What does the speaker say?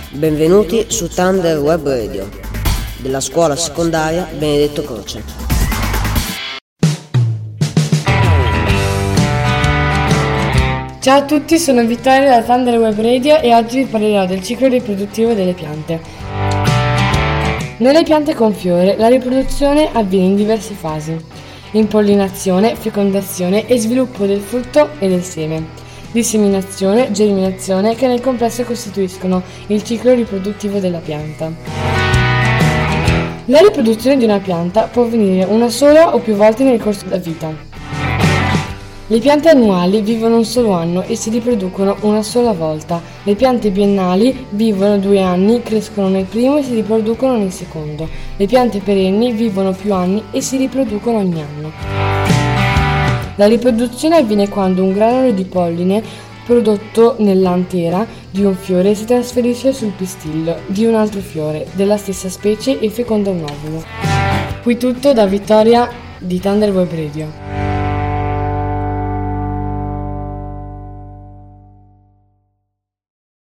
Benvenuti su Thunder Web Radio della scuola secondaria Benedetto Croce. Ciao a tutti, sono Vittoria da Thunder Web Radio e oggi vi parlerò del ciclo riproduttivo delle piante. Nelle piante con fiore la riproduzione avviene in diverse fasi: impollinazione, fecondazione e sviluppo del frutto e del seme, disseminazione, germinazione, che nel complesso costituiscono il ciclo riproduttivo della pianta. La riproduzione di una pianta può avvenire una sola o più volte nel corso della vita. Le piante annuali vivono un solo anno e si riproducono una sola volta. Le piante biennali vivono 2 anni, crescono nel primo e si riproducono nel secondo. Le piante perenni vivono più anni e si riproducono ogni anno. La riproduzione avviene quando un granolo di polline prodotto nell'antera di un fiore si trasferisce sul pistillo di un altro fiore della stessa specie e feconda un ovulo. Qui tutto da Vittoria di Thunder Web Radio.